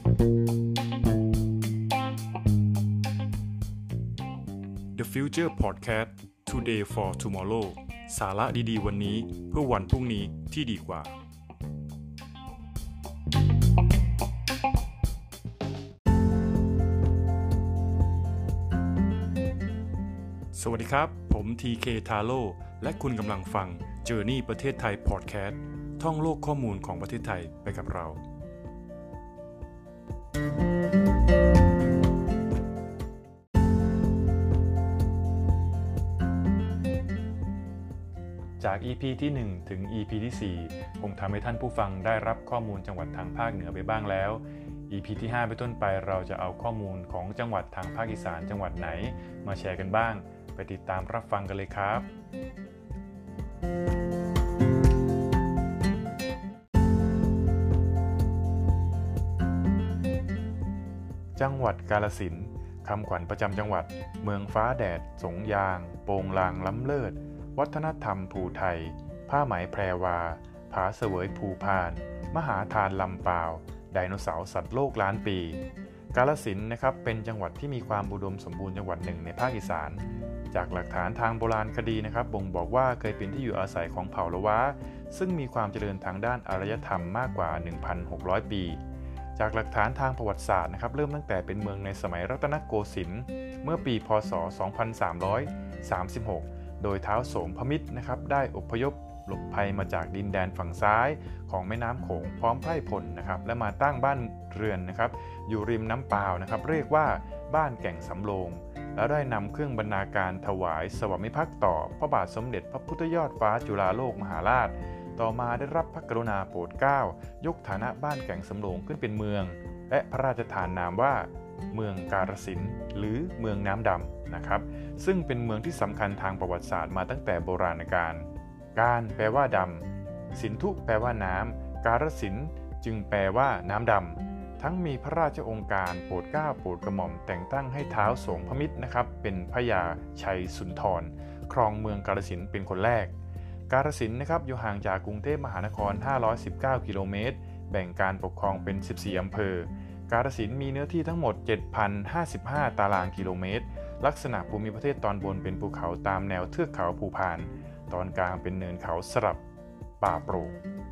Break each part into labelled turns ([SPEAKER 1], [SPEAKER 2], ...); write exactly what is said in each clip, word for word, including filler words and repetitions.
[SPEAKER 1] The Future Podcast Today for Tomorrow สาระดีๆวันนี้เพื่อวันพรุ่งนี้ที่ดีกว่าสวัสดีครับผม ที เค Taro และคุณกำลังฟัง Journey ประเทศไทย Podcast ท่องโลกข้อมูลของประเทศไทยไปกับเราจาก อี พี ที่ หนึ่ง ถึง อี พี ที่ สี่ คงทำให้ท่านผู้ฟังได้รับข้อมูลจังหวัดทางภาคเหนือไปบ้างแล้ว อี พี ที่ ห้า ไปต้นไปเราจะเอาข้อมูลของจังหวัดทางภาคอีสานจังหวัดไหนมาแชร์กันบ้างไปติดตามรับฟังกันเลยครับจังหวัดกาฬสินธุ์คำขวัญประจำจังหวัดเมืองฟ้าแดดสงยางโปงลางล้ำเลิศวัฒนธรรมภูไทยผ้าไหมแพรวาผาเสวยภูพานมหาทานลำปาวไดโนเสาร์สัตว์โลกล้านปีกาฬสินธุ์นะครับเป็นจังหวัดที่มีความอุดมสมบูรณ์จังหวัดหนึ่งในภาคอีสานจากหลักฐานทางโบราณคดีนะครับบ่งบอกว่าเคยเป็นที่อยู่อาศัยของเผ่าละวะซึ่งมีความเจริญทางด้านอารยธรรมมากกว่า หนึ่งพันหกร้อย ปีจากหลักฐานทางประวัติศาสตร์นะครับเริ่มตั้งแต่เป็นเมืองในสมัยรัตนโกสินทร์เมื่อปีพ.ศ. สองพันสามร้อยสามสิบหกโดยท้าวโสมพมิตรนะครับได้อพยพหลบภัยมาจากดินแดนฝั่งซ้ายของแม่น้ำโขงพร้อมไพร่พลนะครับและมาตั้งบ้านเรือนนะครับอยู่ริมน้ำปาวนะครับเรียกว่าบ้านแก่งสำโรงแล้วได้นำเครื่องบรรณาการถวายสวามิภักดิ์ต่อพระบาทสมเด็จพระพุทธยอดฟ้าจุฬาโลกมหาราชต่อมาได้รับพระกรุณาโปรดเกล้ายกฐานะบ้านแก่งสำโรงขึ้นเป็นเมืองและพระราชทานนามว่าเมืองกาฬสินธุ์หรือเมืองน้ำดำนะครับซึ่งเป็นเมืองที่สำคัญทางประวัติศาสตร์มาตั้งแต่โบราณกาลการแปลว่าดำสินธุแปลว่าน้ำกาฬสินธุ์จึงแปลว่าน้ำดำทั้งมีพระราชองค์การโปรดเกล้าโปรดกระหม่อมแต่งตั้งให้ท้าวโสมพมิตรนะครับเป็นพระยาชัยสุนทรครองเมืองกาฬสินธุ์เป็นคนแรกกาฬสินธุ์นะครับอยู่ห่างจากกรุงเทพมหานครห้าร้อยสิบเก้ากิโลเมตรแบ่งการปกครองเป็นสิบสี่อำเภอกาฬสินธุ์มีเนื้อที่ทั้งหมด เจ็ดพันห้าสิบห้า ตารางกิโลเมตรลักษณะภูมิประเทศตอนบนเป็นภูเขาตามแนวเทือกเขาภูพานตอนกลางเป็นเนินเขาสลับป่าโปร่ง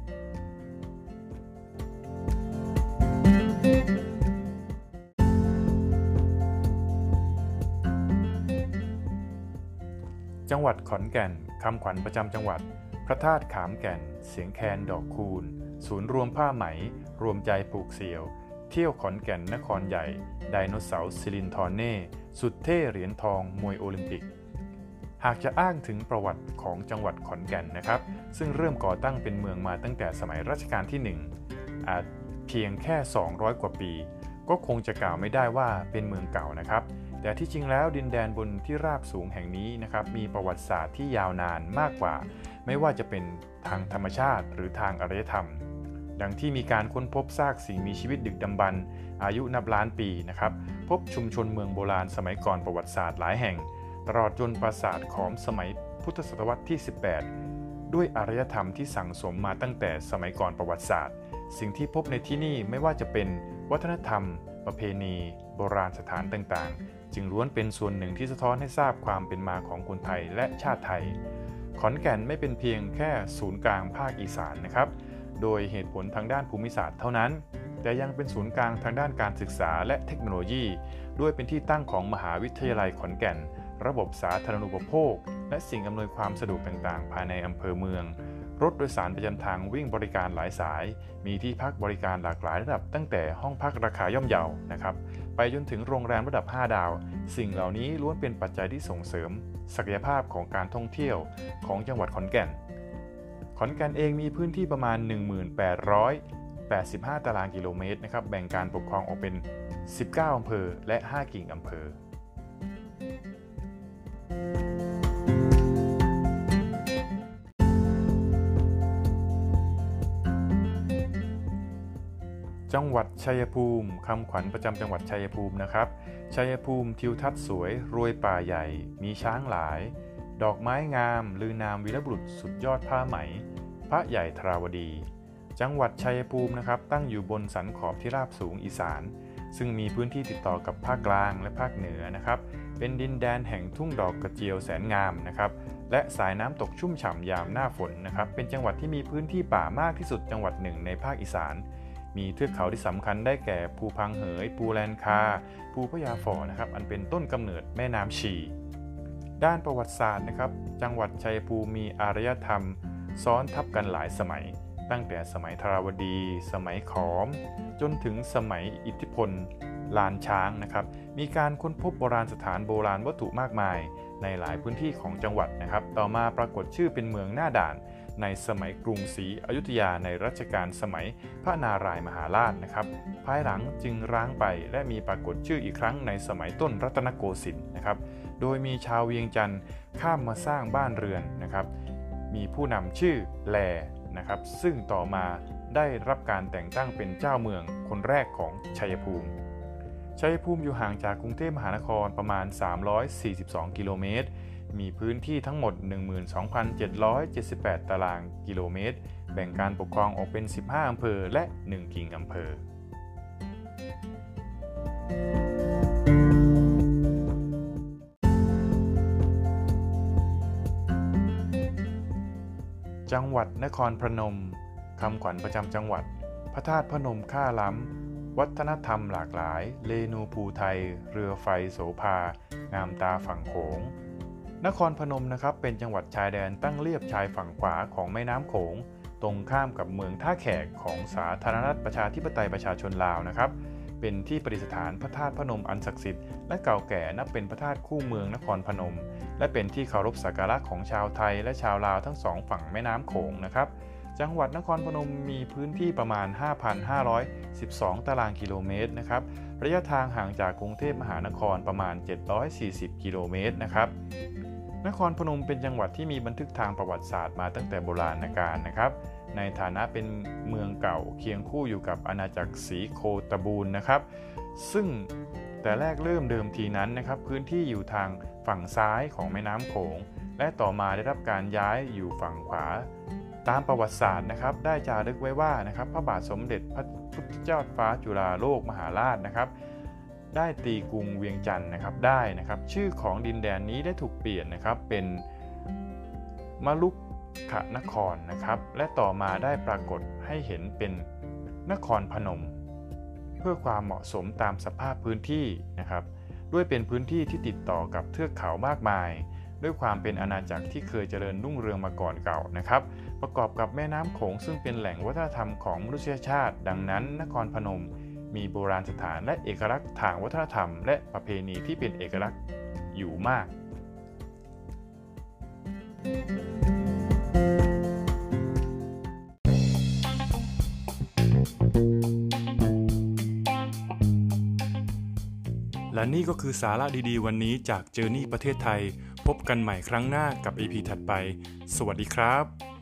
[SPEAKER 1] จังหวัดขอนแก่นคำขวัญประจำจังหวัดพระธาตุขามแก่นเสียงแคนดอกคูณศูนย์รวมผ้าไหมรวมใจปลูกเสี่ยวเที่ยวขอนแก่นนครใหญ่ไดโนเสาร์ซิลินทอร์เน่สุดเท่เหรียญทองมวยโอลิมปิกหากจะอ้างถึงประวัติของจังหวัดขอนแก่นนะครับซึ่งเริ่มก่อตั้งเป็นเมืองมาตั้งแต่สมัยรัชกาลที่หนึ่งอาจเพียงแค่สองร้อยกว่าปีก็คงจะกล่าวไม่ได้ว่าเป็นเมืองเก่านะครับแต่ที่จริงแล้วดินแดนบนที่ราบสูงแห่งนี้นะครับมีประวัติศาสตร์ที่ยาวนานมากกว่าไม่ว่าจะเป็นทางธรรมชาติหรือทางอารยธรรมดังที่มีการค้นพบซากสิ่งมีชีวิตดึกดำบรรพ์อายุนับล้านปีนะครับพบชุมชนเมืองโบราณสมัยก่อนประวัติศาสตร์หลายแห่งตลอดจนปราสาทขอมสมัยพุทธศตวรรษที่สิบแปดด้วยอารยธรรมที่สั่งสมมาตั้งแต่สมัยก่อนประวัติศาสตร์สิ่งที่พบในที่นี่ไม่ว่าจะเป็นวัฒนธรรมประเพณีโบราณสถานต่างๆจึงล้วนเป็นส่วนหนึ่งที่สะท้อนให้ทราบความเป็นมาของคนไทยและชาติไทยขอนแก่นไม่เป็นเพียงแค่ศูนย์กลางภาคอีสานนะครับโดยเหตุผลทางด้านภูมิศาสตร์เท่านั้นแต่ยังเป็นศูนย์กลางทางด้านการศึกษาและเทคโนโลยีด้วยเป็นที่ตั้งของมหาวิทยาลัยขอนแก่นระบบสาธารณูปโภคและสิ่งอำนวยความสะดวกต่างๆภายในอำเภอเมืองรถโดยสารประจำทางวิ่งบริการหลายสายมีที่พักบริการหลากหลายระดับตั้งแต่ห้องพักราคาย่อมเยานะครับไปจนถึงโรงแรมระดับห้าดาวสิ่งเหล่านี้ล้วนเป็นปัจจัยที่ส่งเสริมศักยภาพของการท่องเที่ยวของจังหวัดขอนแก่นขอนแก่นเองมีพื้นที่ประมาณ หนึ่งพันแปดร้อยแปดสิบห้า ตารางกิโลเมตรนะครับแบ่งการปกครองออกเป็นสิบเก้าอำเภอและห้ากิ่งอำเภอจังหวัดชัยภูมิคำขวัญประจำจังหวัดชัยภูมินะครับชัยภูมิทิวทัศน์สวยรวยป่าใหญ่มีช้างหลายดอกไม้งามลือนามวีรบุรุษสุดยอดผ้าไหมพระใหญ่ทราวดีจังหวัดชัยภูมินะครับตั้งอยู่บนสันขอบที่ราบสูงอีสานซึ่งมีพื้นที่ติดต่อกับภาคกลางและภาคเหนือนะครับเป็นดินแดนแห่งทุ่งดอกกระเจียวแสนงามนะครับและสายน้ำตกชุ่มฉ่ำยามหน้าฝนนะครับเป็นจังหวัดที่มีพื้นที่ป่ามากที่สุดจังหวัดหนึ่งในภาคอีสานมีเทือกเขาที่สำคัญได้แก่ภูพังเหยภูแลนคาภูพญาฝ่อนะครับอันเป็นต้นกำเนิดแม่น้ำชีด้านประวัติศาสตร์นะครับจังหวัดชัยภูมิมีอารยธรรมซ้อนทับกันหลายสมัยตั้งแต่สมัยธราวดีสมัยขอมจนถึงสมัยอิทธิพลลานช้างนะครับมีการค้นพบโบราณสถานโบราณวัตถุมากมายในหลายพื้นที่ของจังหวัดนะครับต่อมาปรากฏชื่อเป็นเมืองหน้าด่านในสมัยกรุงศรีอยุธยาในรัชกาลสมัยพระนารายมหาราชนะครับภายหลังจึงร้างไปและมีปรากฏชื่ออีกครั้งในสมัยต้นรัตนโกสินทร์นะครับโดยมีชาวเวียงจันทร์ข้ามมาสร้างบ้านเรือนนะครับมีผู้นำชื่อแลนะครับซึ่งต่อมาได้รับการแต่งตั้งเป็นเจ้าเมืองคนแรกของชัยภูมิชัยภูมิอยู่ห่างจากกรุงเทพมหานครประมาณสามร้อยสี่สิบสองกิโลเมตรมีพื้นที่ทั้งหมด หนึ่งหมื่นสองพันเจ็ดร้อยเจ็ดสิบแปด ตารางกิโลเมตรแบ่งการปกครองออกเป็นสิบห้าอำเภอและหนึ่งกิ่งอำเภอจังหวัดนครพนมคำขวัญประจำจังหวัดพระธาตุพนมค่าล้ำวัฒนธรรมหลากหลายเรนูภูไทยเรือไฟโสภางามตาฝั่งโขงนครพนมนะครับเป็นจังหวัดชายแดนตั้งเลียบชายฝั่งขวาของแม่น้ำโขงตรงข้ามกับเมืองท่าแขกของสาธารณรัฐประชาธิปไตยประชาชนลาวนะครับเป็นที่ประดิษฐานพระธาตุพนมอันศักดิ์สิทธิ์และเก่าแก่นับเป็นพระธาตุคู่เมืองนครพนมและเป็นที่เคารพสักการะของชาวไทยและชาวลาวทั้งสองฝั่งแม่น้ำโขงนะครับจังหวัดนครพนมมีพื้นที่ประมาณ ห้าพันห้าร้อยสิบสอง ตารางกิโลเมตรนะครับระยะทางห่างจากกรุงเทพมหานครประมาณเจ็ดร้อยสี่สิบกิโลเมตรนะครับนครพนมเป็นจังหวัดที่มีบันทึกทางประวัติศาสตร์มาตั้งแต่โบราณกาลนะครับในฐานะเป็นเมืองเก่าเคียงคู่อยู่กับอาณาจักรศรีโคตบูลนะครับซึ่งแต่แรกเริ่มเดิมทีนั้นนะครับพื้นที่อยู่ทางฝั่งซ้ายของแม่น้ำโขงและต่อมาได้รับการย้ายอยู่ฝั่งขวาตามประวัติศาสตร์นะครับได้จารึกไว้ว่านะครับพระบาทสมเด็จพระพุทธเจ้าฟ้าจุฬาโลกมหาราชนะครับได้ตีกรุงเวียงจันทร์นะครับได้นะครับชื่อของดินแดนนี้ได้ถูกเปลี่ยนนะครับเป็นมลุกขนครนะครับและต่อมาได้ปรากฏให้เห็นเป็นนครพนมเพื่อความเหมาะสมตามสภาพพื้นที่นะครับด้วยเป็นพื้นที่ที่ติดต่อกับเทือกเขามากมายด้วยความเป็นอาณาจักรที่เคยเจริญรุ่งเรืองมาก่อนเก่านะครับประกอบกับแม่น้ำโขงซึ่งเป็นแหล่งวัฒนธรรมของมนุษยชาติดังนั้นนครพนมมีโบราณสถานและเอกลักษณ์ทางวัฒนธรรมและประเพณีที่เป็นเอกลักษณ์อยู่มากและนี่ก็คือสาระดีๆวันนี้จาก Journey ประเทศไทยพบกันใหม่ครั้งหน้ากับ อี พี ถัดไปสวัสดีครับ